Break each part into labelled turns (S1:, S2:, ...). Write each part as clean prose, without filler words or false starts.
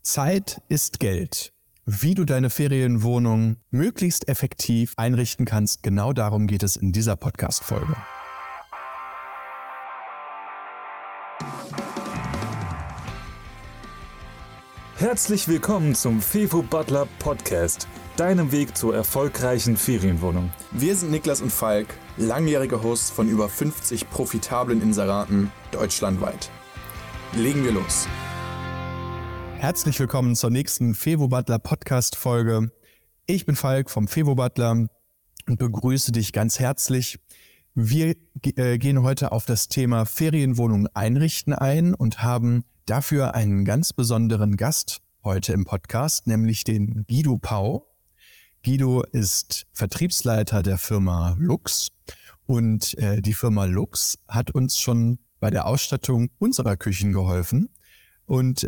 S1: Zeit ist Geld. Wie du deine Ferienwohnung möglichst effektiv einrichten kannst, genau darum geht es in dieser Podcast-Folge.
S2: Herzlich willkommen zum Fevo Butler Podcast, deinem Weg zur erfolgreichen Ferienwohnung.
S1: Wir sind Niklas und Falk, langjährige Hosts von über 50 profitablen Inseraten deutschlandweit. Legen wir los. Herzlich willkommen zur nächsten Fevo Butler Podcast-Folge. Ich bin Falk vom Fevo Butler und begrüße dich ganz herzlich. Wir gehen heute auf das Thema Ferienwohnung einrichten ein und haben dafür einen ganz besonderen Gast heute im Podcast, nämlich den Guido Pau. Guido ist Vertriebsleiter der Firma Lux und die Firma Lux hat uns schon bei der Ausstattung unserer Küchen geholfen. Und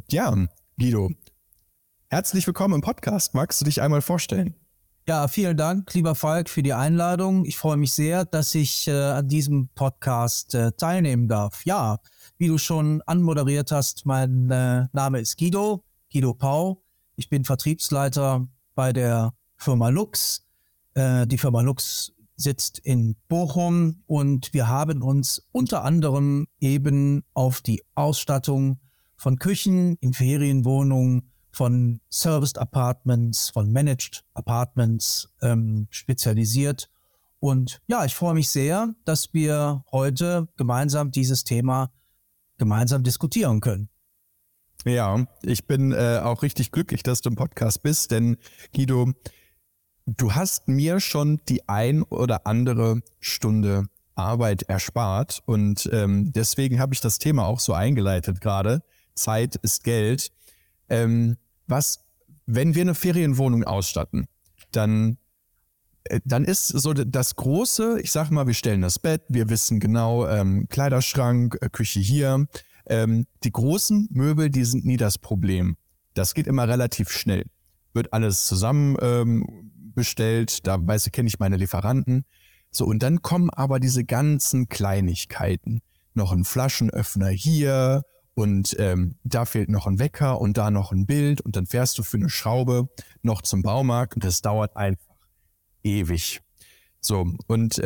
S1: Guido, herzlich willkommen im Podcast. Magst du dich einmal vorstellen?
S3: Ja, vielen Dank, lieber Falk, für die Einladung. Ich freue mich sehr, dass ich an diesem Podcast teilnehmen darf. Ja, wie du schon anmoderiert hast, mein Name ist Guido Pau. Ich bin Vertriebsleiter bei der Firma Lux. Die Firma Lux sitzt in Bochum und wir haben uns unter anderem eben auf die Ausstattung von Küchen in Ferienwohnungen, von Serviced Apartments, von Managed Apartments spezialisiert. Und ja, ich freue mich sehr, dass wir heute gemeinsam dieses Thema gemeinsam diskutieren können.
S1: Ja, ich bin auch richtig glücklich, dass du im Podcast bist, denn Guido, du hast mir schon die ein oder andere Stunde Arbeit erspart und deswegen habe ich das Thema auch so eingeleitet gerade. Zeit ist Geld. Wenn wir eine Ferienwohnung ausstatten, dann ist so das Große, ich sag mal, wir stellen das Bett, wir wissen genau, Kleiderschrank, Küche hier. Die großen Möbel, die sind nie das Problem. Das geht immer relativ schnell. Wird alles zusammen bestellt, da kenne ich meine Lieferanten. So, und dann kommen aber diese ganzen Kleinigkeiten. Noch ein Flaschenöffner hier und da fehlt noch ein Wecker und da noch ein Bild und dann fährst du für eine Schraube noch zum Baumarkt und das dauert einfach ewig. So, und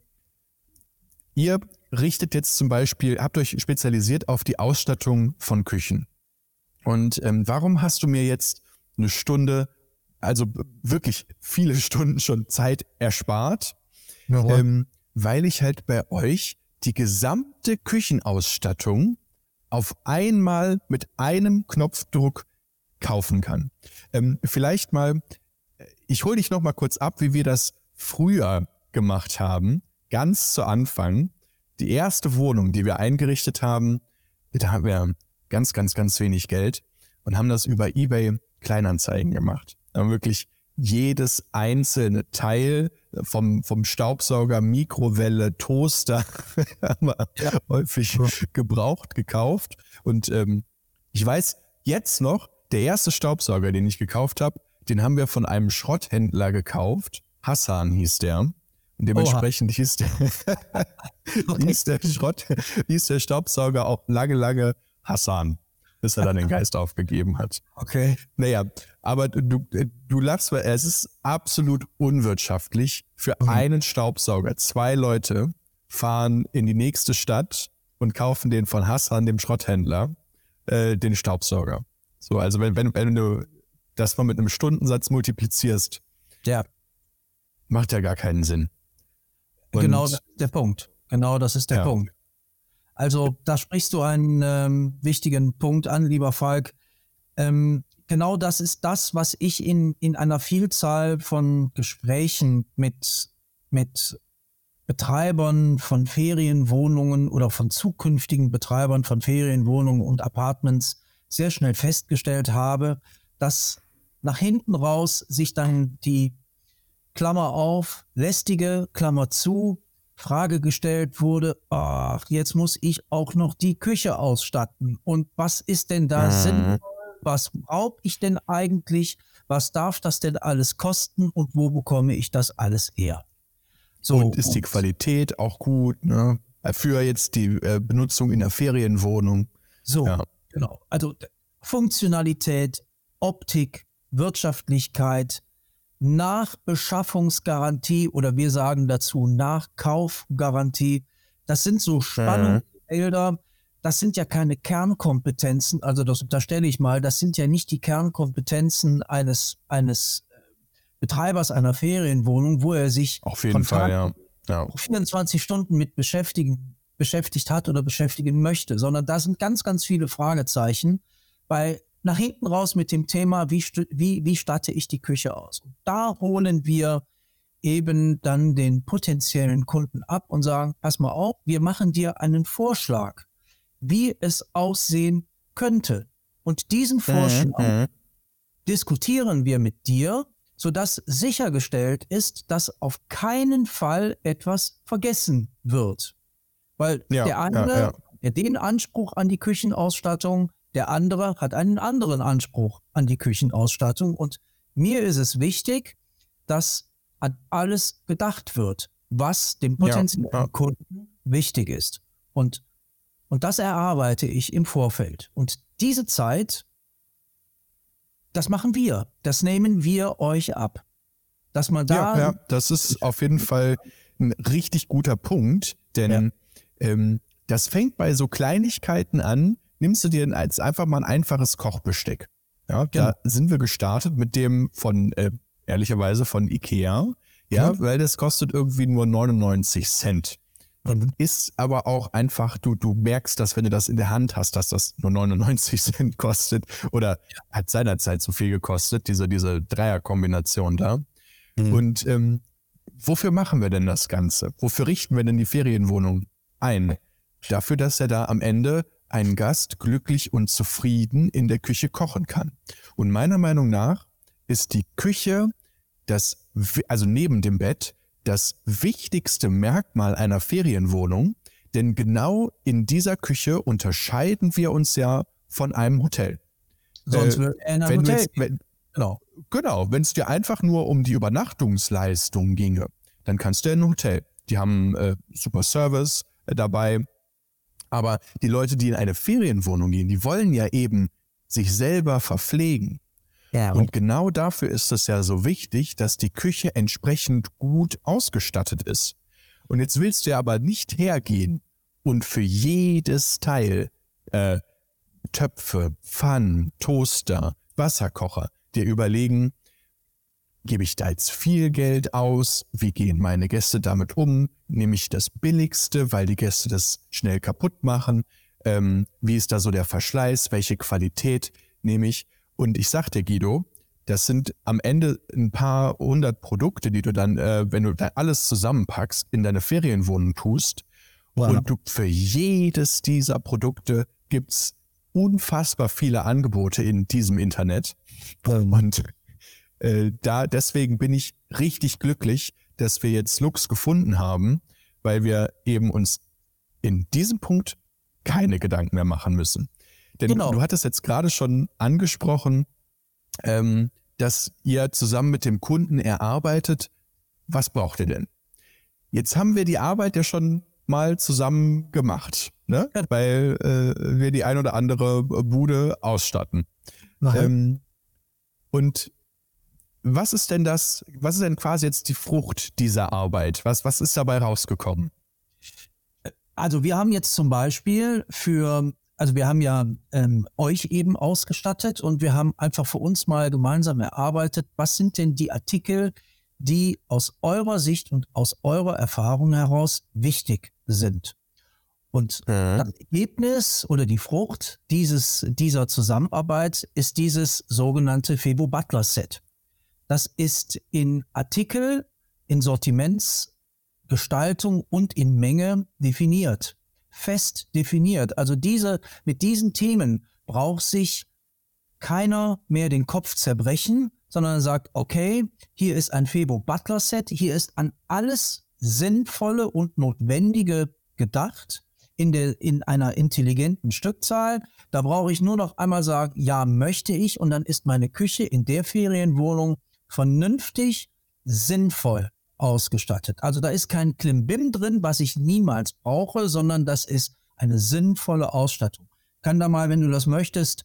S1: ihr richtet jetzt zum Beispiel, habt euch spezialisiert auf die Ausstattung von Küchen. Und warum hast du mir jetzt eine Stunde, also wirklich viele Stunden schon Zeit erspart? Weil ich halt bei euch die gesamte Küchenausstattung auf einmal mit einem Knopfdruck kaufen kann. Vielleicht mal, ich hole dich noch mal kurz ab, wie wir das früher gemacht haben, ganz zu Anfang. Die erste Wohnung, die wir eingerichtet haben, da haben wir ganz, ganz, ganz wenig Geld und haben das über eBay Kleinanzeigen gemacht. Da haben wirklich jedes einzelne Teil vom Staubsauger, Mikrowelle, Toaster haben wir häufig gebraucht, gekauft. Und ich weiß jetzt noch, der erste Staubsauger, den ich gekauft habe, den haben wir von einem Schrotthändler gekauft. Hassan hieß der. Und dementsprechend hieß der Staubsauger auch lange Hassan, bis er dann den Geist aufgegeben hat.
S3: Okay.
S1: Naja, aber du lachst, weil es ist absolut unwirtschaftlich für einen Staubsauger. 2 Leute fahren in die nächste Stadt und kaufen den von Hassan, dem Schrotthändler, den Staubsauger. So, also wenn du das mal mit einem Stundensatz multiplizierst,
S3: ja,
S1: macht ja gar keinen Sinn. Und
S3: genau das ist der Punkt. Genau das ist der Punkt. Also da sprichst du einen wichtigen Punkt an, lieber Falk. Genau das ist das, was ich in einer Vielzahl von Gesprächen mit Betreibern von Ferienwohnungen oder von zukünftigen Betreibern von Ferienwohnungen und Apartments sehr schnell festgestellt habe, dass nach hinten raus sich dann die Klammer auf, lästige Klammer zu, Frage gestellt wurde, ach, jetzt muss ich auch noch die Küche ausstatten. Und was ist denn da sinnvoll? Was brauche ich denn eigentlich? Was darf das denn alles kosten? Und wo bekomme ich das alles her? So,
S1: und ist die Qualität auch gut, ne? Für jetzt die Benutzung in der Ferienwohnung.
S3: So, genau. Also Funktionalität, Optik, Wirtschaftlichkeit, Nachbeschaffungsgarantie oder wir sagen dazu Nachkaufgarantie. Das sind so Spannungsfelder. Das sind ja keine Kernkompetenzen, also das unterstelle ich mal, das sind ja nicht die Kernkompetenzen eines Betreibers einer Ferienwohnung, wo er sich
S1: auf jeden Fall
S3: 24 Stunden mit beschäftigt hat oder beschäftigen möchte, sondern da sind ganz, ganz viele Fragezeichen nach hinten raus mit dem Thema, wie statte ich die Küche aus? Und da holen wir eben dann den potenziellen Kunden ab und sagen, pass mal auf, wir machen dir einen Vorschlag, wie es aussehen könnte. Und diesen Vorschlag diskutieren wir mit dir, sodass sichergestellt ist, dass auf keinen Fall etwas vergessen wird. Weil der eine, der den Anspruch an die Küchenausstattung, der andere hat einen anderen Anspruch an die Küchenausstattung. Und mir ist es wichtig, dass an alles gedacht wird, was dem potenziellen Kunden wichtig ist. Und das erarbeite ich im Vorfeld. Und diese Zeit, das machen wir. Das nehmen wir euch ab. Dass man da...
S1: Ja, das ist auf jeden Fall ein richtig guter Punkt, denn das fängt bei so Kleinigkeiten an. Nimmst du dir jetzt einfach mal ein einfaches Kochbesteck. Ja, da sind wir gestartet mit dem ehrlicherweise von Ikea, weil das kostet irgendwie nur 99 Cent. Ist aber auch einfach, du merkst, dass wenn du das in der Hand hast, dass das nur 99 Cent kostet oder hat seinerzeit so viel gekostet, diese Dreierkombination da. Und wofür machen wir denn das Ganze? Wofür richten wir denn die Ferienwohnung ein? Dafür, dass er da am Ende ein Gast glücklich und zufrieden in der Küche kochen kann. Und meiner Meinung nach ist die Küche, also neben dem Bett, das wichtigste Merkmal einer Ferienwohnung, denn genau in dieser Küche unterscheiden wir uns ja von einem Hotel.
S3: Sonst wird ein Hotel.
S1: Genau, wenn es dir einfach nur um die Übernachtungsleistung ginge, dann kannst du in ein Hotel. Die haben super Service dabei, aber die Leute, die in eine Ferienwohnung gehen, die wollen ja eben sich selber verpflegen.
S3: Ja,
S1: und genau dafür ist es ja so wichtig, dass die Küche entsprechend gut ausgestattet ist. Und jetzt willst du ja aber nicht hergehen und für jedes Teil Töpfe, Pfannen, Toaster, Wasserkocher dir überlegen, gebe ich da jetzt viel Geld aus? Wie gehen meine Gäste damit um? Nehme ich das Billigste, weil die Gäste das schnell kaputt machen? Wie ist da so der Verschleiß? Welche Qualität nehme ich? Und ich sag dir, Guido, das sind am Ende ein paar hundert Produkte, die du dann, wenn du da alles zusammenpackst, in deine Ferienwohnung tust. Wow. Und du für jedes dieser Produkte gibt's unfassbar viele Angebote in diesem Internet. Und deswegen bin ich richtig glücklich, dass wir jetzt Lux gefunden haben, weil wir eben uns in diesem Punkt keine Gedanken mehr machen müssen. Denn du hattest jetzt gerade schon angesprochen, dass ihr zusammen mit dem Kunden erarbeitet, was braucht ihr denn? Jetzt haben wir die Arbeit ja schon mal zusammen gemacht, ne? Weil wir die ein oder andere Bude ausstatten. Und was ist denn quasi jetzt die Frucht dieser Arbeit? Was ist dabei rausgekommen?
S3: Also wir haben jetzt zum Beispiel wir haben ja euch eben ausgestattet und wir haben einfach für uns mal gemeinsam erarbeitet, was sind denn die Artikel, die aus eurer Sicht und aus eurer Erfahrung heraus wichtig sind. Und das Ergebnis oder die Frucht dieser Zusammenarbeit ist dieses sogenannte Febo Butler Set. Das ist in Artikel, in Sortimentsgestaltung und in Menge definiert. Fest definiert. Also mit diesen Themen braucht sich keiner mehr den Kopf zerbrechen, sondern er sagt, okay, hier ist ein Febo Butler Set, hier ist an alles Sinnvolle und Notwendige gedacht in einer intelligenten Stückzahl. Da brauche ich nur noch einmal sagen, ja, möchte ich, und dann ist meine Küche in der Ferienwohnung vernünftig, sinnvoll ausgestattet. Also da ist kein Klimbim drin, was ich niemals brauche, sondern das ist eine sinnvolle Ausstattung. Kann da mal, wenn du das möchtest,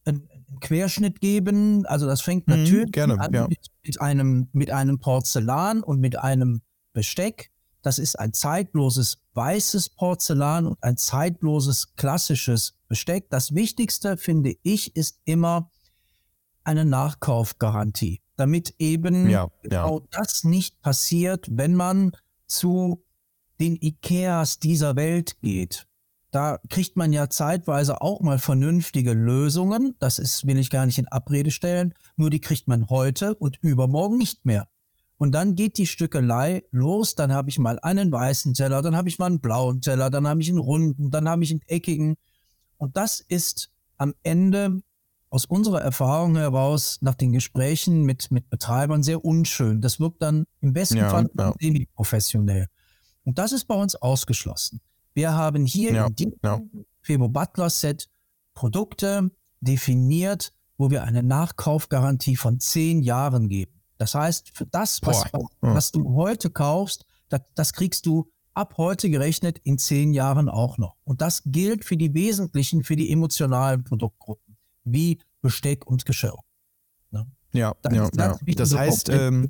S3: einen Querschnitt geben. Also das fängt natürlich
S1: gerne,
S3: an
S1: ja.
S3: mit einem Porzellan und mit einem Besteck. Das ist ein zeitloses weißes Porzellan und ein zeitloses klassisches Besteck. Das Wichtigste, finde ich, ist immer eine Nachkaufgarantie, damit eben genau das nicht passiert, wenn man zu den Ikeas dieser Welt geht. Da kriegt man ja zeitweise auch mal vernünftige Lösungen. Das ist, will ich gar nicht in Abrede stellen. Nur die kriegt man heute und übermorgen nicht mehr. Und dann geht die Stückelei los. Dann habe ich mal einen weißen Teller, dann habe ich mal einen blauen Teller, dann habe ich einen runden, dann habe ich einen eckigen. Und das ist am Ende aus unserer Erfahrung heraus nach den Gesprächen mit Betreibern sehr unschön. Das wirkt dann im besten Fall semi-professionell. Und das ist bei uns ausgeschlossen. Wir haben hier in diesem Febo Butler Set Produkte definiert, wo wir eine Nachkaufgarantie von 10 Jahren geben. Das heißt, für das, was du heute kaufst, das kriegst du ab heute gerechnet in 10 Jahren auch noch. Und das gilt für die wesentlichen, für die emotionalen Produktgruppen, wie Besteck und Geschirr. Ne?
S1: Das heißt,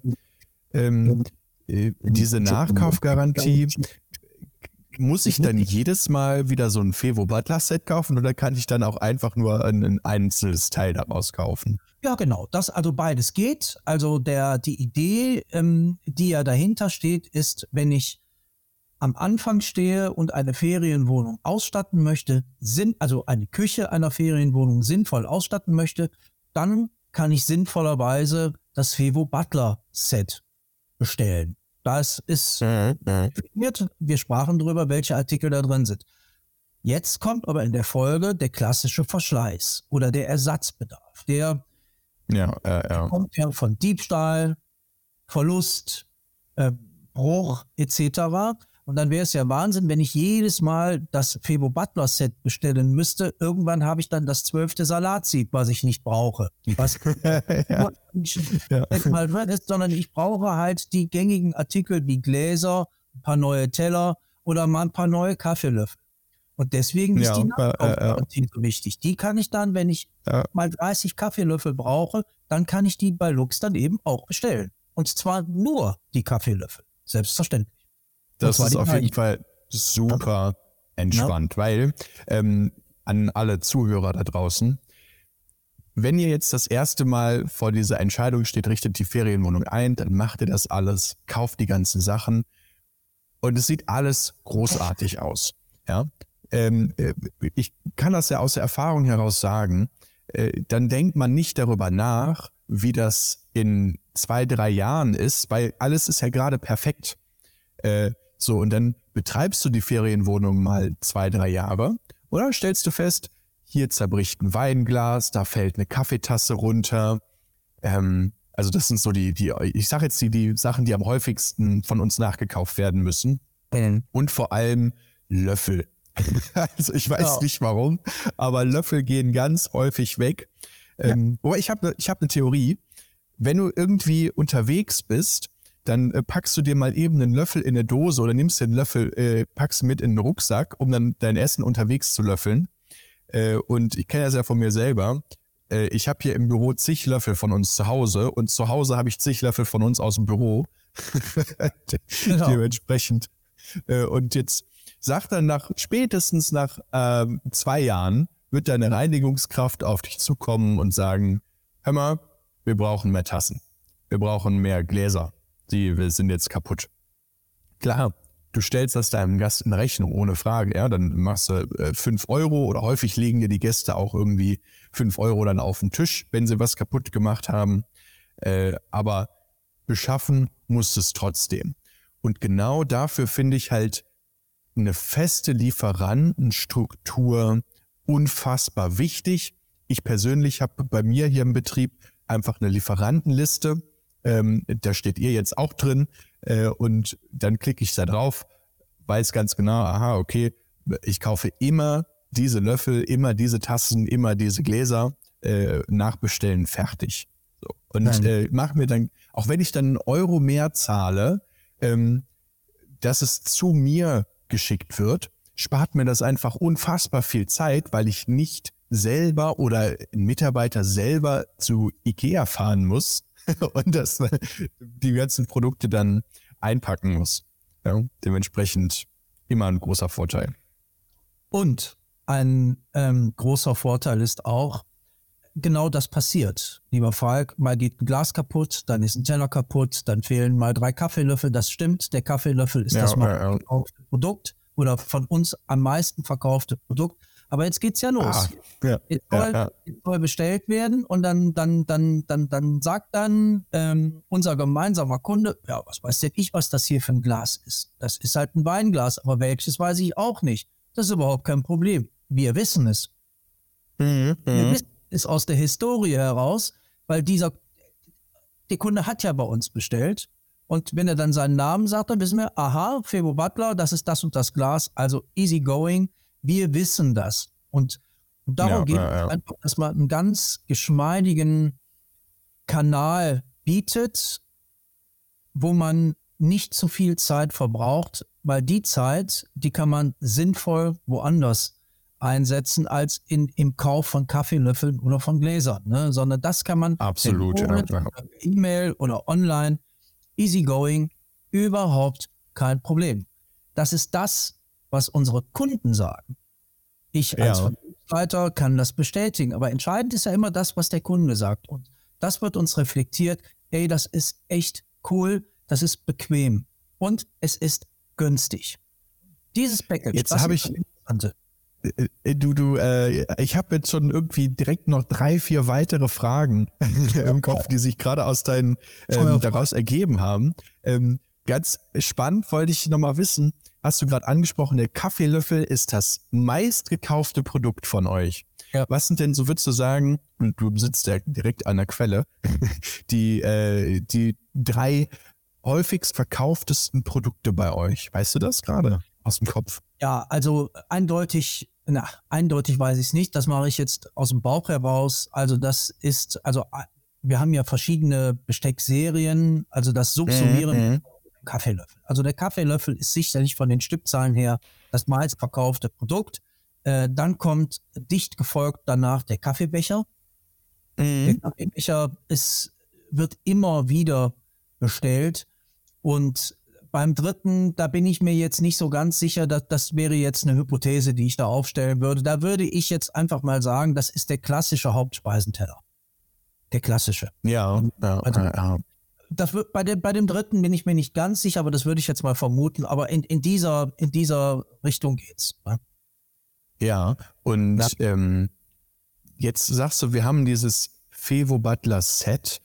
S1: diese Nachkaufgarantie, muss ich dann jedes Mal wieder so ein Febo Butler Set kaufen oder kann ich dann auch einfach nur ein einzelnes Teil daraus kaufen?
S3: Ja, genau. Also beides geht. Also die Idee, die ja dahinter steht, ist, wenn ich am Anfang stehe und eine Ferienwohnung ausstatten möchte, also eine Küche einer Ferienwohnung sinnvoll ausstatten möchte, dann kann ich sinnvollerweise das Febo Butler Set bestellen. Das ist definiert. Wir sprachen darüber, welche Artikel da drin sind. Jetzt kommt aber in der Folge der klassische Verschleiß oder der Ersatzbedarf. Der kommt ja von Diebstahl, Verlust, Bruch etc. Und dann wäre es ja Wahnsinn, wenn ich jedes Mal das Febo Butler Set bestellen müsste. Irgendwann habe ich dann das 12. Salatsieb, was ich nicht brauche. Was mal drin ist, sondern ich brauche halt die gängigen Artikel wie Gläser, ein paar neue Teller oder mal ein paar neue Kaffeelöffel. Und deswegen ist die Nachkaufgarantie so wichtig. Die kann ich dann, wenn ich mal 30 Kaffeelöffel brauche, dann kann ich die bei Lux dann eben auch bestellen. Und zwar nur die Kaffeelöffel. Selbstverständlich.
S1: Das ist auf jeden Fall super entspannt, weil an alle Zuhörer da draußen, wenn ihr jetzt das erste Mal vor dieser Entscheidung steht, richtet die Ferienwohnung ein, dann macht ihr das alles, kauft die ganzen Sachen und es sieht alles großartig aus. Ja? Ich kann das ja aus der Erfahrung heraus sagen, dann denkt man nicht darüber nach, wie das in 2-3 Jahren ist, weil alles ist ja gerade perfekt. So, und dann betreibst du die Ferienwohnung mal 2-3 Jahre oder stellst du fest, hier zerbricht ein Weinglas, da fällt eine Kaffeetasse runter. Also das sind so ich sage jetzt die Sachen, die am häufigsten von uns nachgekauft werden müssen. Und vor allem Löffel. Also ich weiß nicht warum, aber Löffel gehen ganz häufig weg. Aber ich hab eine Theorie. Wenn du irgendwie unterwegs bist, dann packst du dir mal eben einen Löffel in eine Dose oder nimmst den Löffel, packst mit in den Rucksack, um dann dein Essen unterwegs zu löffeln. Und ich kenne das ja von mir selber. Ich habe hier im Büro zig Löffel von uns zu Hause und zu Hause habe ich zig Löffel von uns aus dem Büro. Dementsprechend. Und jetzt sagt dann spätestens nach 2 Jahren wird deine Reinigungskraft auf dich zukommen und sagen, hör mal, wir brauchen mehr Tassen. Wir brauchen mehr Gläser. Die sind jetzt kaputt. Klar, du stellst das deinem Gast in Rechnung, ohne Frage. Ja, dann machst du 5 Euro oder häufig legen dir die Gäste auch irgendwie 5 Euro dann auf den Tisch, wenn sie was kaputt gemacht haben. Aber beschaffen musst es trotzdem. Und genau dafür finde ich halt eine feste Lieferantenstruktur unfassbar wichtig. Ich persönlich habe bei mir hier im Betrieb einfach eine Lieferantenliste. Da steht ihr jetzt auch drin und dann klicke ich da drauf, weiß ganz genau, aha, okay, ich kaufe immer diese Löffel, immer diese Tassen, immer diese Gläser, nachbestellen, fertig. So. Und mache mir dann, auch wenn ich dann 1 Euro mehr zahle, dass es zu mir geschickt wird, spart mir das einfach unfassbar viel Zeit, weil ich nicht selber oder ein Mitarbeiter selber zu Ikea fahren muss und die ganzen Produkte dann einpacken muss. Ja, dementsprechend immer ein großer Vorteil.
S3: Und ein großer Vorteil ist auch, genau das passiert. Lieber Falk, mal geht ein Glas kaputt, dann ist ein Teller kaputt, dann fehlen mal 3 Kaffeelöffel. Das stimmt, der Kaffeelöffel ist das verkaufte Produkt oder von uns am meisten verkaufte Produkt. Aber jetzt geht's ja los. Jetzt soll bestellt werden und dann sagt unser gemeinsamer Kunde, ja, was weiß denn ich, was das hier für ein Glas ist? Das ist halt ein Weinglas, aber welches weiß ich auch nicht. Das ist überhaupt kein Problem. Wir wissen es. Wir wissen es aus der Historie heraus, weil der Kunde hat ja bei uns bestellt. Und wenn er dann seinen Namen sagt, dann wissen wir, aha, Febo Butler, das ist das und das Glas, also easy going. Wir wissen das. Und darum geht es einfach, dass man einen ganz geschmeidigen Kanal bietet, wo man nicht zu viel Zeit verbraucht, weil die Zeit, die kann man sinnvoll woanders einsetzen als im Kauf von Kaffeelöffeln oder von Gläsern, ne? Sondern das kann man
S1: absolut
S3: E-Mail oder online, easy going, überhaupt kein Problem. Das ist das, was unsere Kunden sagen. Ich als Vertriebsleiter kann das bestätigen, aber entscheidend ist ja immer das, was der Kunde sagt. Und das wird uns reflektiert, ey, das ist echt cool, das ist bequem und es ist günstig. Dieses Package,
S1: jetzt habe ich ich habe jetzt schon irgendwie direkt noch 3, 4 weitere Fragen im Kopf, die sich gerade aus deinen daraus ergeben haben. Ganz spannend wollte ich nochmal wissen, hast du gerade angesprochen, der Kaffeelöffel ist das meistgekaufte Produkt von euch. Ja. Was sind denn, so würdest du sagen, und du sitzt ja direkt an der Quelle, die 3 häufigst verkauftesten Produkte bei euch? Weißt du das gerade aus dem Kopf?
S3: Ja, also eindeutig weiß ich es nicht. Das mache ich jetzt aus dem Bauch heraus. Also wir haben ja verschiedene Besteckserien, also das Subsumieren Kaffeelöffel. Also der Kaffeelöffel ist sicherlich von den Stückzahlen her das meistverkaufte Produkt. Dann kommt dicht gefolgt danach der Kaffeebecher. Der Kaffeebecher wird immer wieder bestellt und beim dritten, da bin ich mir jetzt nicht so ganz sicher, das wäre jetzt eine Hypothese, die ich da aufstellen würde. Da würde ich jetzt einfach mal sagen, das ist der klassische Hauptspeisenteller. Der klassische.
S1: Ja.
S3: Das wird, bei dem dritten bin ich mir nicht ganz sicher, aber das würde ich jetzt mal vermuten. Aber in dieser Richtung geht's. Ne?
S1: Ja, und jetzt sagst du, wir haben dieses Febo Butler Set.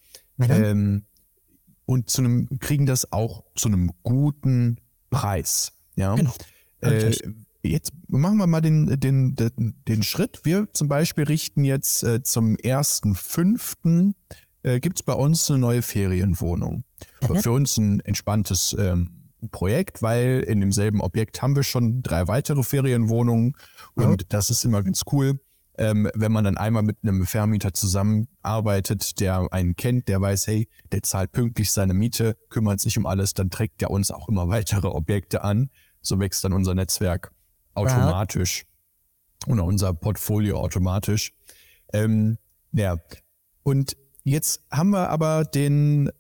S1: Und kriegen das auch zu einem guten Preis. Ja?
S3: Genau.
S1: Jetzt machen wir mal den Schritt. Wir zum Beispiel richten jetzt zum 1.5. Gibt es bei uns eine neue Ferienwohnung. Für uns ein entspanntes Projekt, weil in demselben Objekt haben wir schon 3 weitere Ferienwohnungen und das ist immer ganz cool. Wenn man dann einmal mit einem Vermieter zusammenarbeitet, der einen kennt, der weiß, hey, der zahlt pünktlich seine Miete, kümmert sich um alles, dann trägt der uns auch immer weitere Objekte an. So wächst dann unser Netzwerk automatisch oder unser Portfolio automatisch. Und jetzt haben wir aber den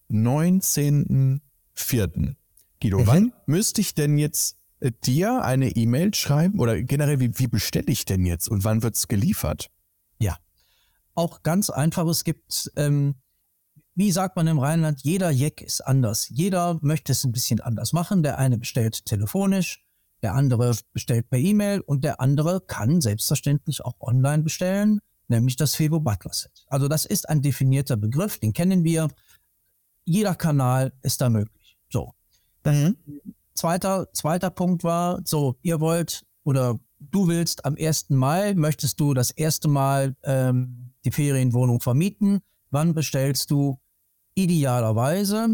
S1: 19.04. Guido, wann müsste ich denn jetzt dir eine E-Mail schreiben oder generell, wie bestelle ich denn jetzt und wann wird es geliefert?
S3: Ja, auch ganz einfach. Es gibt, wie sagt man im Rheinland, jeder Jack ist anders. Jeder möchte es ein bisschen anders machen. Der eine bestellt telefonisch, der andere bestellt per E-Mail und der andere kann selbstverständlich auch online bestellen, nämlich das Febo Butler Set. Also das ist ein definierter Begriff, den kennen wir. Jeder Kanal ist da möglich. So. Zweiter Punkt war, so, ihr wollt oder du willst am 1. Mai, möchtest du das erste Mal die Ferienwohnung vermieten. Wann bestellst du? Idealerweise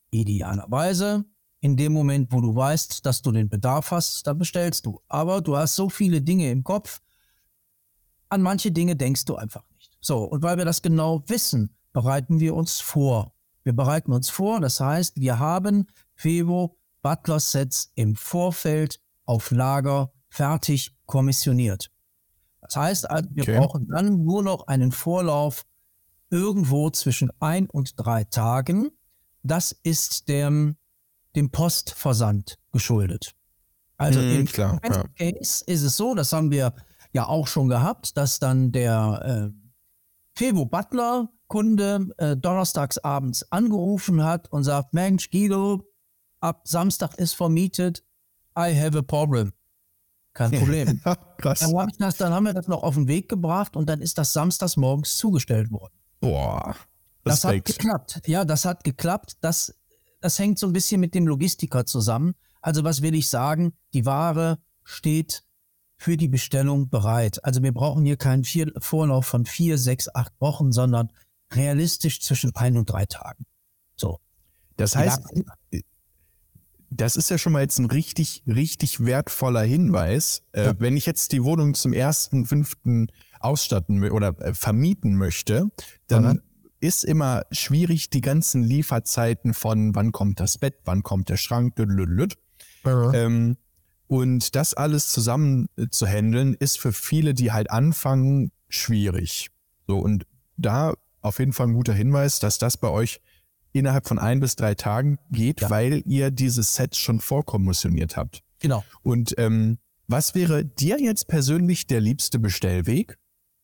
S3: in dem Moment, wo du weißt, dass du den Bedarf hast, dann bestellst du. Aber du hast so viele Dinge im Kopf, an manche Dinge denkst du einfach nicht. So, und weil wir das genau wissen, bereiten wir uns vor. Wir bereiten uns vor, das heißt, wir haben Febo Butler Sets im Vorfeld auf Lager fertig kommissioniert. Das heißt, wir brauchen dann nur noch einen Vorlauf irgendwo zwischen 1 und 3 Tagen. Das ist dem Postversand geschuldet. Also im Case ist es so, das haben wir ja auch schon gehabt, dass dann der Fevo Butler Kunde donnerstags abends angerufen hat und sagt, Mensch, Guido, ab Samstag ist vermietet, I have a problem. Kein Problem.
S1: Krass.
S3: Dann haben wir das noch auf den Weg gebracht und dann ist das samstags morgens zugestellt worden.
S1: Boah,
S3: das hat geklappt. Ja, das hat geklappt. Das hängt so ein bisschen mit dem Logistiker zusammen. Also was will ich sagen? Die Ware steht für die Bestellung bereit. Also wir brauchen hier keinen Vorlauf von 4, 6, 8 Wochen, sondern realistisch zwischen 1 und 3 Tagen. So.
S1: Das heißt, das ist ja schon mal jetzt ein richtig, richtig wertvoller Hinweis. Wenn ich jetzt die Wohnung zum 1.5. ausstatten oder vermieten möchte, dann ist immer schwierig, die ganzen Lieferzeiten von wann kommt das Bett, wann kommt der Schrank, und das alles zusammen zu handeln, ist für viele, die halt anfangen, schwierig. So, und da auf jeden Fall ein guter Hinweis, dass das bei euch innerhalb von 1 bis 3 Tagen geht, weil ihr dieses Set schon vorkommissioniert habt.
S3: Genau.
S1: Und was wäre dir jetzt persönlich der liebste Bestellweg?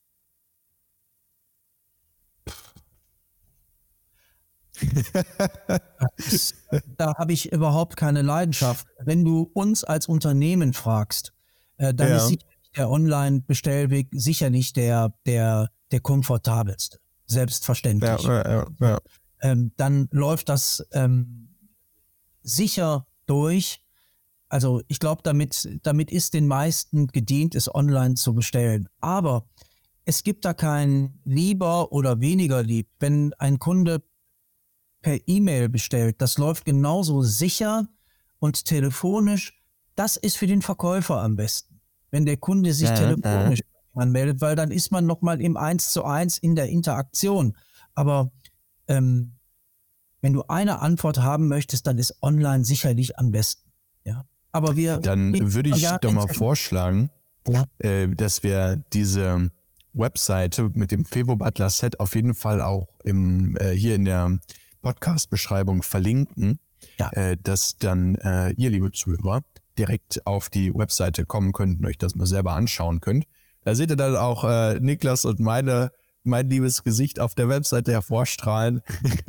S3: Da habe ich überhaupt keine Leidenschaft. Wenn du uns als Unternehmen fragst, dann ist der Online-Bestellweg sicherlich der komfortabelste. Selbstverständlich. Dann läuft das sicher durch. Also ich glaube, damit ist den meisten gedient, es online zu bestellen. Aber es gibt da kein lieber oder weniger lieb. Wenn ein Kunde per E-Mail bestellt, das läuft genauso sicher und telefonisch. Das ist für den Verkäufer am besten, wenn der Kunde sich telefonisch anmeldet, weil dann ist man nochmal im 1:1 in der Interaktion. Aber wenn du eine Antwort haben möchtest, dann ist online sicherlich am besten. Ja. Aber
S1: dann würde ich doch mal vorschlagen, dass wir diese Webseite mit dem Fevo Butler Set auf jeden Fall auch hier in der Podcast-Beschreibung verlinken, dass dann ihr, liebe Zuhörer, direkt auf die Webseite kommen könnt und euch das mal selber anschauen könnt. Da seht ihr dann auch Niklas und mein liebes Gesicht auf der Webseite hervorstrahlen.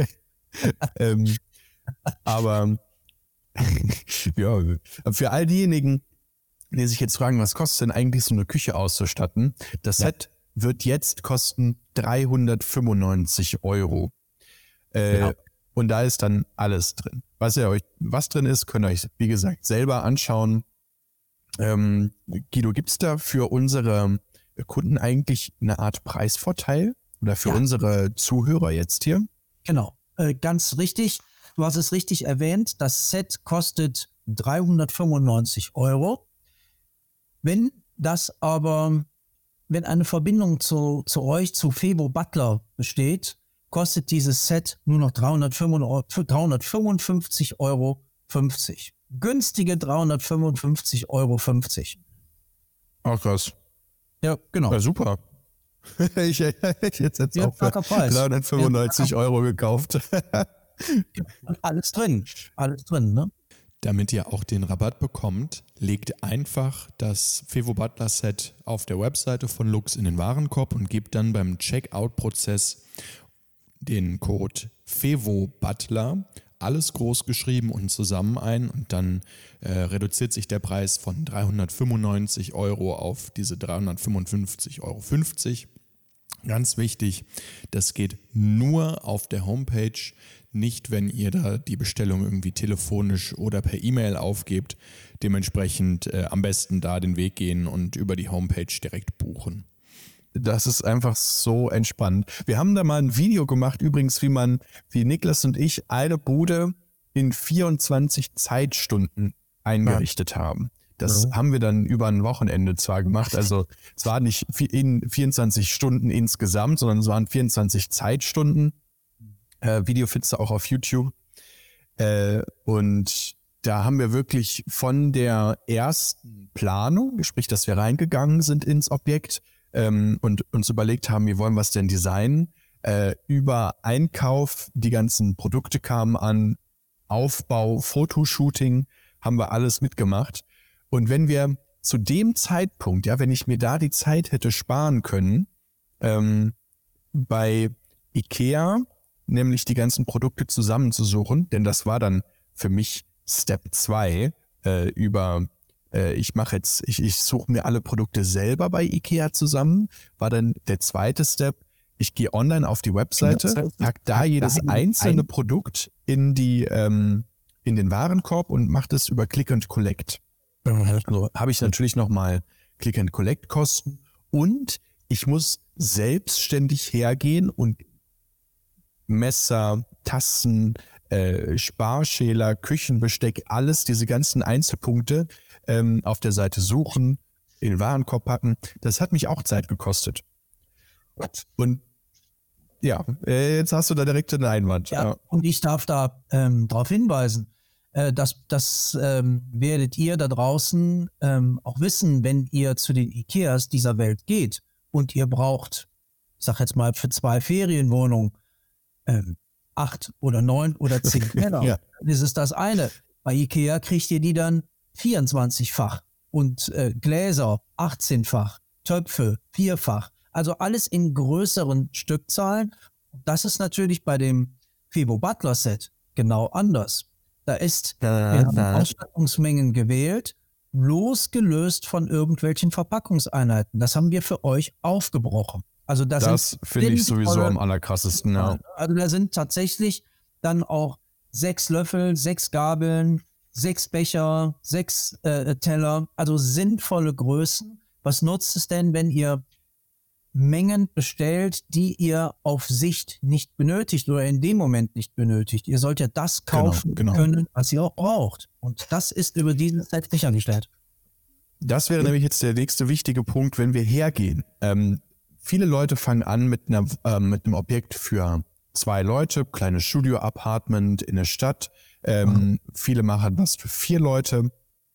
S1: Aber ja, für all diejenigen, die sich jetzt fragen, was kostet denn eigentlich so eine Küche auszustatten? Das Set wird jetzt kosten 395 €. Und da ist dann alles drin. Was drin ist, könnt ihr euch, wie gesagt, selber anschauen. Guido, gibt es da für unsere Kunden eigentlich eine Art Preisvorteil? Oder für unsere Zuhörer jetzt hier?
S3: Genau, ganz richtig. Du hast es richtig erwähnt. Das Set kostet 395 €. Wenn eine Verbindung zu euch, zu Fevo Butler besteht, kostet dieses Set nur noch 355,50 €. Günstige 355,50 €.
S1: Ach krass.
S3: Ja, genau.
S1: Ja, super. Ich hätte jetzt auch für 395 € gekauft.
S3: Alles drin, ne?
S4: Damit ihr auch den Rabatt bekommt, legt einfach das Fevo Butler Set auf der Webseite von Lux in den Warenkorb und gebt dann beim Checkout-Prozess den Code Fevo Butler, alles groß geschrieben und zusammen ein, und dann reduziert sich der Preis von 395 € auf diese 355,50 €. Ganz wichtig, das geht nur auf der Homepage, nicht wenn ihr da die Bestellung irgendwie telefonisch oder per E-Mail aufgebt. Dementsprechend am besten da den Weg gehen und über die Homepage direkt buchen.
S1: Das ist einfach so entspannt. Wir haben da mal ein Video gemacht, übrigens, wie Niklas und ich eine Bude in 24 Zeitstunden eingerichtet haben. Das haben wir dann über ein Wochenende zwar gemacht, also es war nicht in 24 Stunden insgesamt, sondern es waren 24 Zeitstunden. Video findest du auch auf YouTube. Und da haben wir wirklich von der ersten Planung, sprich, dass wir reingegangen sind ins Objekt, und uns überlegt haben, wie wollen wir es denn designen. Über Einkauf, die ganzen Produkte kamen an, Aufbau, Fotoshooting, haben wir alles mitgemacht. Und wenn wir zu dem Zeitpunkt, ja, wenn ich mir da die Zeit hätte sparen können, bei IKEA nämlich die ganzen Produkte zusammenzusuchen, denn das war dann für mich Step 2 ich suche mir alle Produkte selber bei IKEA zusammen, war dann der zweite Step. Ich gehe online auf die Webseite, pack da jedes einzelne Produkt in den Warenkorb und mache das über Click and Collect. Also habe ich natürlich nochmal Click and Collect Kosten und ich muss selbstständig hergehen und Messer, Tassen, Sparschäler, Küchenbesteck, alles, diese ganzen Einzelpunkte auf der Seite suchen, in den Warenkorb packen. Das hat mich auch Zeit gekostet. Und ja, jetzt hast du da direkt einen Einwand.
S3: Ja, und ich darf da darauf hinweisen, das werdet ihr da draußen auch wissen, wenn ihr zu den Ikeas dieser Welt geht und ihr braucht, ich sag jetzt mal, für 2 Ferienwohnungen 8 oder 9 oder 10 Männer.
S1: Ja.
S3: Das ist das eine. Bei Ikea kriegt ihr die dann 24-fach und Gläser 18-fach, Töpfe 4-fach. Also alles in größeren Stückzahlen. Das ist natürlich bei dem Fevo Butler Set genau anders. Wir haben Ausstattungsmengen gewählt, losgelöst von irgendwelchen Verpackungseinheiten. Das haben wir für euch aufgebrochen. Also
S1: das finde ich sowieso am allerkrassesten. Ja.
S3: Also da sind tatsächlich dann auch 6 Löffel, 6 Gabeln, 6 Becher, 6 Teller, also sinnvolle Größen. Was nutzt es denn, wenn ihr Mengen bestellt, die ihr auf Sicht nicht benötigt oder in dem Moment nicht benötigt? Ihr sollt ja das kaufen können, was ihr auch braucht. Und das ist über diesen Set sichergestellt.
S1: Das wäre nämlich jetzt der nächste wichtige Punkt, wenn wir hergehen. Viele Leute fangen an mit einem Objekt für 2 Leute, kleines Studio-Apartment in der Stadt. Viele machen was für 4 Leute.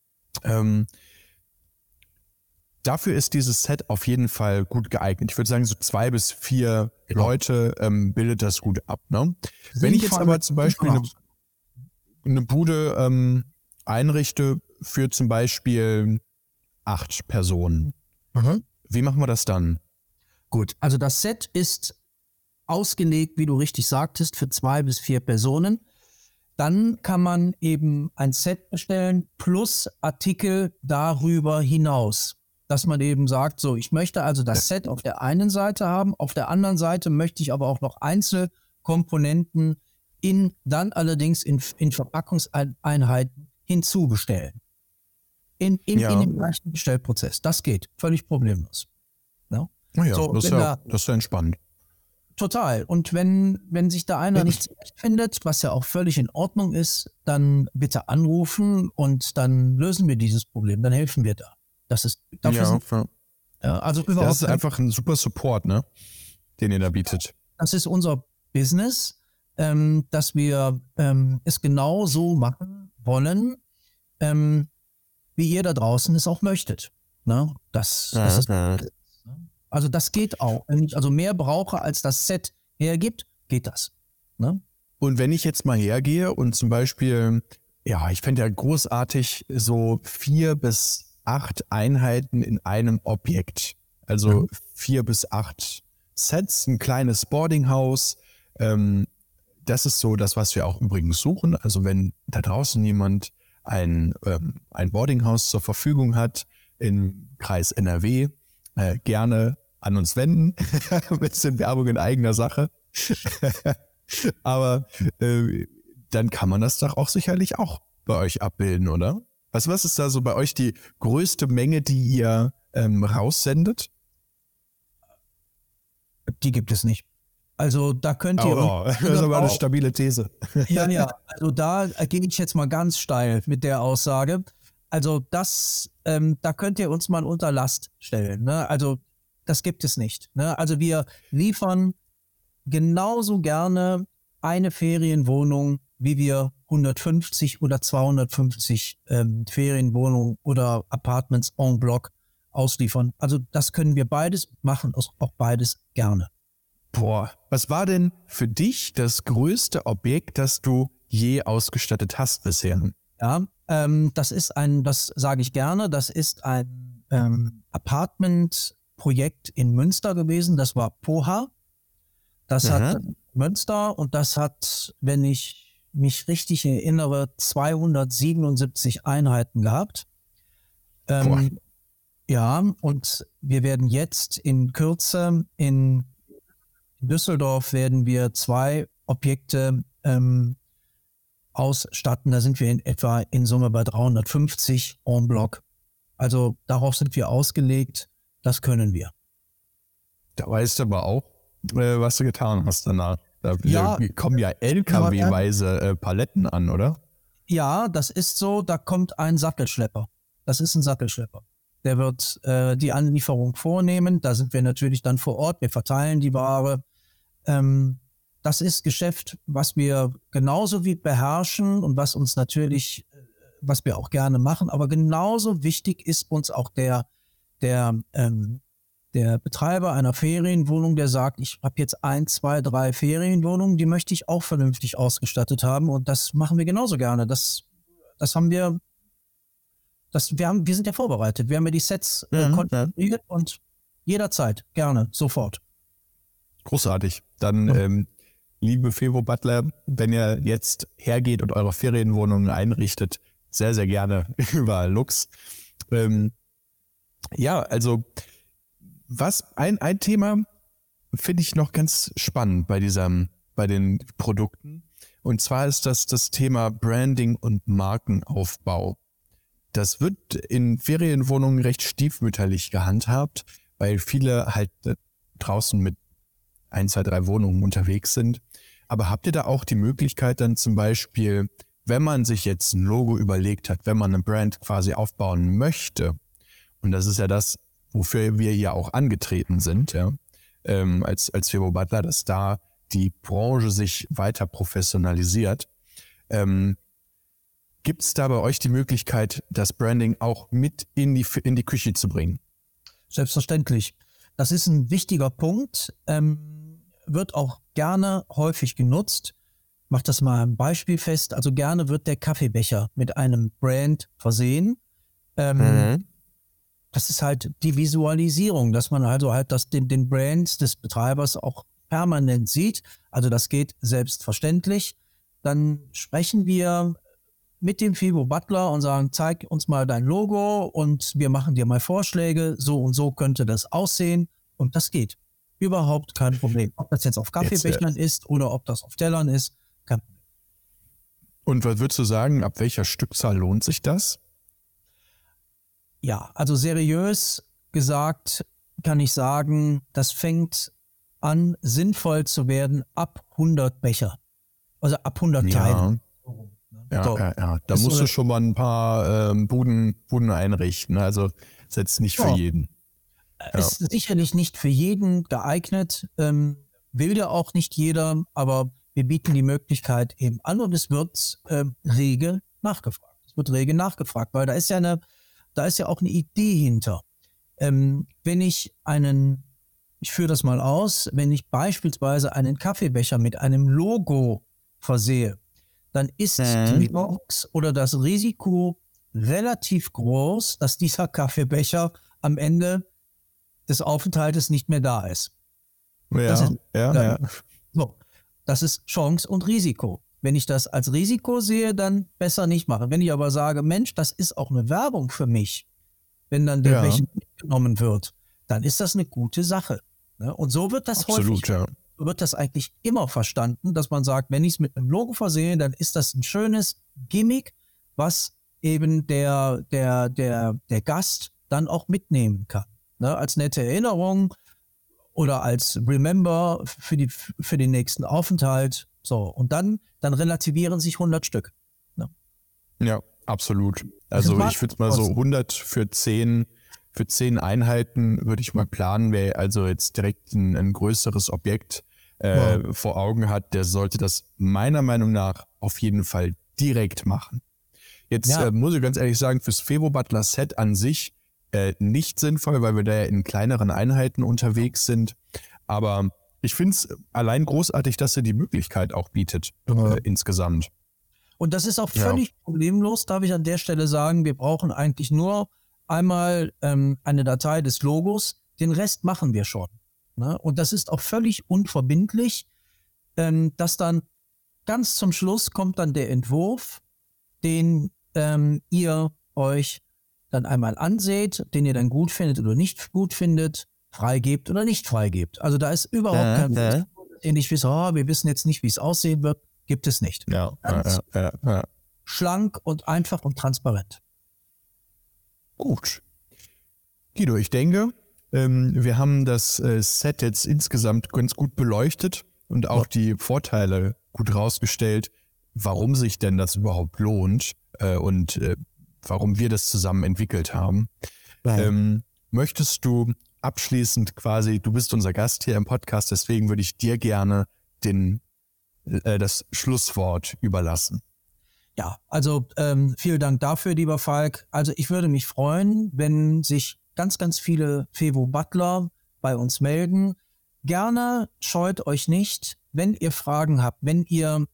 S1: Dafür ist dieses Set auf jeden Fall gut geeignet. Ich würde sagen, so 2 bis 4 Leute bildet das gut ab. Ne? Wenn ich jetzt aber zum Beispiel eine Bude einrichte für zum Beispiel 8 Personen, wie machen wir das dann?
S3: Gut, also das Set ist ausgelegt, wie du richtig sagtest, für 2 bis 4 Personen. Dann kann man eben ein Set bestellen plus Artikel darüber hinaus. Dass man eben sagt, so, ich möchte also das Set auf der einen Seite haben, auf der anderen Seite möchte ich aber auch noch Einzelkomponenten dann allerdings in Verpackungseinheiten hinzubestellen. In dem gleichen Bestellprozess. Das geht völlig problemlos. Ja?
S1: Ja, so, das ist ja entspannt.
S3: Total. Und wenn sich da einer nicht zurechtfindet, was ja auch völlig in Ordnung ist, dann bitte anrufen und dann lösen wir dieses Problem, dann helfen wir da. Also überhaupt.
S1: Das ist einfach ein super Support, ne, den ihr da bietet.
S3: Das ist unser Business, dass wir es genau so machen wollen, wie ihr da draußen es auch möchtet. Ne? Das ist, also das geht auch. Wenn ich also mehr brauche, als das Set hergibt, geht das. Ne?
S1: Und wenn ich jetzt mal hergehe und zum Beispiel, ja, ich fände ja großartig so 4 bis 8 Einheiten in einem Objekt. Also 4 bis 8 Sets, ein kleines Boardinghaus. Das ist so das, was wir auch übrigens suchen. Also wenn da draußen jemand ein Boardinghaus zur Verfügung hat im Kreis NRW, gerne an uns wenden. Ein bisschen Werbung in eigener Sache. Aber dann kann man das doch auch sicherlich auch bei euch abbilden, oder? Was ist da so bei euch die größte Menge, die ihr raussendet?
S3: Die gibt es nicht. Also da könnt ihr...
S1: das ist aber eine stabile These.
S3: Ja, also da gehe ich jetzt mal ganz steil mit der Aussage. Also da könnt ihr uns mal unter Last stellen. Ne? Also das gibt es nicht. Ne? Also wir liefern genauso gerne eine Ferienwohnung, wie wir 150 oder 250 Ferienwohnungen oder Apartments en bloc ausliefern. Also das können wir beides machen, auch beides gerne.
S1: Boah, was war denn für dich das größte Objekt, das du je ausgestattet hast bisher?
S3: Ja, das sage ich gerne, das ist ein Apartment-Projekt in Münster gewesen, das war Poha. Das hat Münster und das hat, wenn ich mich richtig erinnere, 277 Einheiten gehabt. Ja, und wir werden jetzt in Kürze in Düsseldorf werden wir 2 Objekte ausstatten. Da sind wir etwa in Summe bei 350 en bloc. Also darauf sind wir ausgelegt. Das können wir.
S1: Da weißt du aber auch, was du getan hast danach. Da kommen ja LKW-weise Paletten an, oder?
S3: Ja, das ist so. Da kommt ein Sattelschlepper. Das ist ein Sattelschlepper. Der wird die Anlieferung vornehmen. Da sind wir natürlich dann vor Ort. Wir verteilen die Ware. Das ist Geschäft, was wir genauso wie beherrschen und was uns natürlich, was wir auch gerne machen. Aber genauso wichtig ist uns auch der Betreiber einer Ferienwohnung, der sagt, ich habe jetzt 1, 2, 3 Ferienwohnungen, die möchte ich auch vernünftig ausgestattet haben. Und das machen wir genauso gerne. Wir sind ja vorbereitet. Wir haben ja die Sets konfiguriert und jederzeit, gerne, sofort.
S1: Großartig. Dann, liebe Fevo Butler, wenn ihr jetzt hergeht und eure Ferienwohnungen einrichtet, sehr, sehr gerne über Lux. Ja, also ein Thema finde ich noch ganz spannend bei den Produkten. Und zwar ist das Thema Branding und Markenaufbau. Das wird in Ferienwohnungen recht stiefmütterlich gehandhabt, weil viele halt draußen mit 1, 2, 3 Wohnungen unterwegs sind. Aber habt ihr da auch die Möglichkeit dann zum Beispiel, wenn man sich jetzt ein Logo überlegt hat, wenn man eine Brand quasi aufbauen möchte, und das ist ja das, wofür wir ja auch angetreten sind, ja, als Fevo Butler, dass da die Branche sich weiter professionalisiert. Gibt es da bei euch die Möglichkeit, das Branding auch mit in die Küche zu bringen?
S3: Selbstverständlich. Das ist ein wichtiger Punkt. Wird auch gerne häufig genutzt. Ich mache das mal ein Beispiel fest. Also gerne wird der Kaffeebecher mit einem Brand versehen. Das ist halt die Visualisierung, dass man also halt den Brand des Betreibers auch permanent sieht. Also das geht selbstverständlich. Dann sprechen wir mit dem Fevo Butler und sagen, zeig uns mal dein Logo und wir machen dir mal Vorschläge. So und so könnte das aussehen und das geht. Überhaupt kein Problem. Ob das jetzt auf Kaffeebechern ist oder ob das auf Tellern ist, kein Problem.
S1: Und was würdest du sagen, ab welcher Stückzahl lohnt sich das?
S3: Ja, also seriös gesagt kann ich sagen, das fängt an, sinnvoll zu werden ab 100 Becher. Also ab 100 Teilen.
S1: Ja. Da musst du schon mal ein paar Buden einrichten. Also ist jetzt nicht für jeden.
S3: Ist sicherlich nicht für jeden geeignet, will ja auch nicht jeder, aber wir bieten die Möglichkeit eben an und es wird rege nachgefragt. Weil da ist ja auch eine Idee hinter. Wenn ich führe das mal aus, wenn ich beispielsweise einen Kaffeebecher mit einem Logo versehe, dann ist die Chance oder das Risiko relativ groß, dass dieser Kaffeebecher am Ende des Aufenthaltes nicht mehr da ist. So, das ist Chance und Risiko. Wenn ich das als Risiko sehe, dann besser nicht machen. Wenn ich aber sage, Mensch, das ist auch eine Werbung für mich, wenn dann der Becher mitgenommen wird, dann ist das eine gute Sache. Ne? Und so wird das wird das eigentlich immer verstanden, dass man sagt, wenn ich es mit einem Logo versehe, dann ist das ein schönes Gimmick, was eben der Gast dann auch mitnehmen kann. Ne? Als nette Erinnerung oder als Remember für den nächsten Aufenthalt. So, und dann relativieren sich 100 Stück. Ne?
S1: Ja, absolut. Also ich würde mal so 100 für 10 Einheiten würde ich mal planen. Wer also jetzt direkt ein größeres Objekt vor Augen hat, der sollte das meiner Meinung nach auf jeden Fall direkt machen. Jetzt muss ich ganz ehrlich sagen, fürs Fevo Butler Set an sich nicht sinnvoll, weil wir da ja in kleineren Einheiten unterwegs sind. Aber ich finde es allein großartig, dass er die Möglichkeit auch bietet, insgesamt.
S3: Und das ist auch völlig problemlos, darf ich an der Stelle sagen. Wir brauchen eigentlich nur einmal eine Datei des Logos. Den Rest machen wir schon. Ne? Und das ist auch völlig unverbindlich, dass dann ganz zum Schluss kommt dann der Entwurf, den ihr euch dann einmal anseht, den ihr dann gut findet oder nicht gut findet, freigebt oder nicht freigebt. Also da ist überhaupt kein Problem, ihr nicht wisst, wir wissen jetzt nicht, wie es aussehen wird, gibt es nicht. Schlank und einfach und transparent.
S1: Gut. Guido, ich denke, wir haben das Set jetzt insgesamt ganz gut beleuchtet und auch die Vorteile gut rausgestellt, warum sich denn das überhaupt lohnt und warum wir das zusammen entwickelt haben. Möchtest du abschließend quasi, du bist unser Gast hier im Podcast, deswegen würde ich dir gerne das Schlusswort überlassen.
S3: Ja, also vielen Dank dafür, lieber Falk. Also ich würde mich freuen, wenn sich ganz, ganz viele Fevo-Butler bei uns melden. Gerne scheut euch nicht, wenn ihr Fragen habt, wenn ihr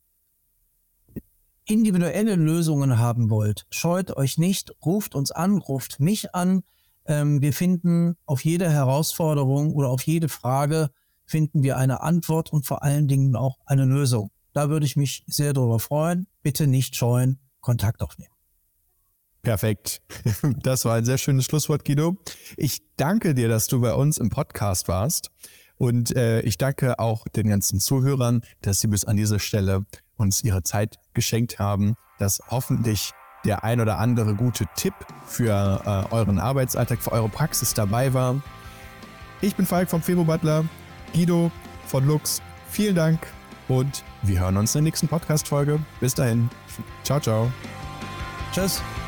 S3: individuelle Lösungen haben wollt, scheut euch nicht, ruft uns an, ruft mich an. Wir finden auf jede Herausforderung oder auf jede Frage finden wir eine Antwort und vor allen Dingen auch eine Lösung. Da würde ich mich sehr darüber freuen. Bitte nicht scheuen, Kontakt aufnehmen.
S1: Perfekt. Das war ein sehr schönes Schlusswort, Guido. Ich danke dir, dass du bei uns im Podcast warst. Und ich danke auch den ganzen Zuhörern, dass sie bis an dieser Stelle uns ihre Zeit geschenkt haben, dass hoffentlich der ein oder andere gute Tipp für euren Arbeitsalltag, für eure Praxis dabei war. Ich bin Falk vom Fevo-Butler, Guido von Lux. Vielen Dank und wir hören uns in der nächsten Podcast-Folge. Bis dahin. Ciao, ciao.
S3: Tschüss.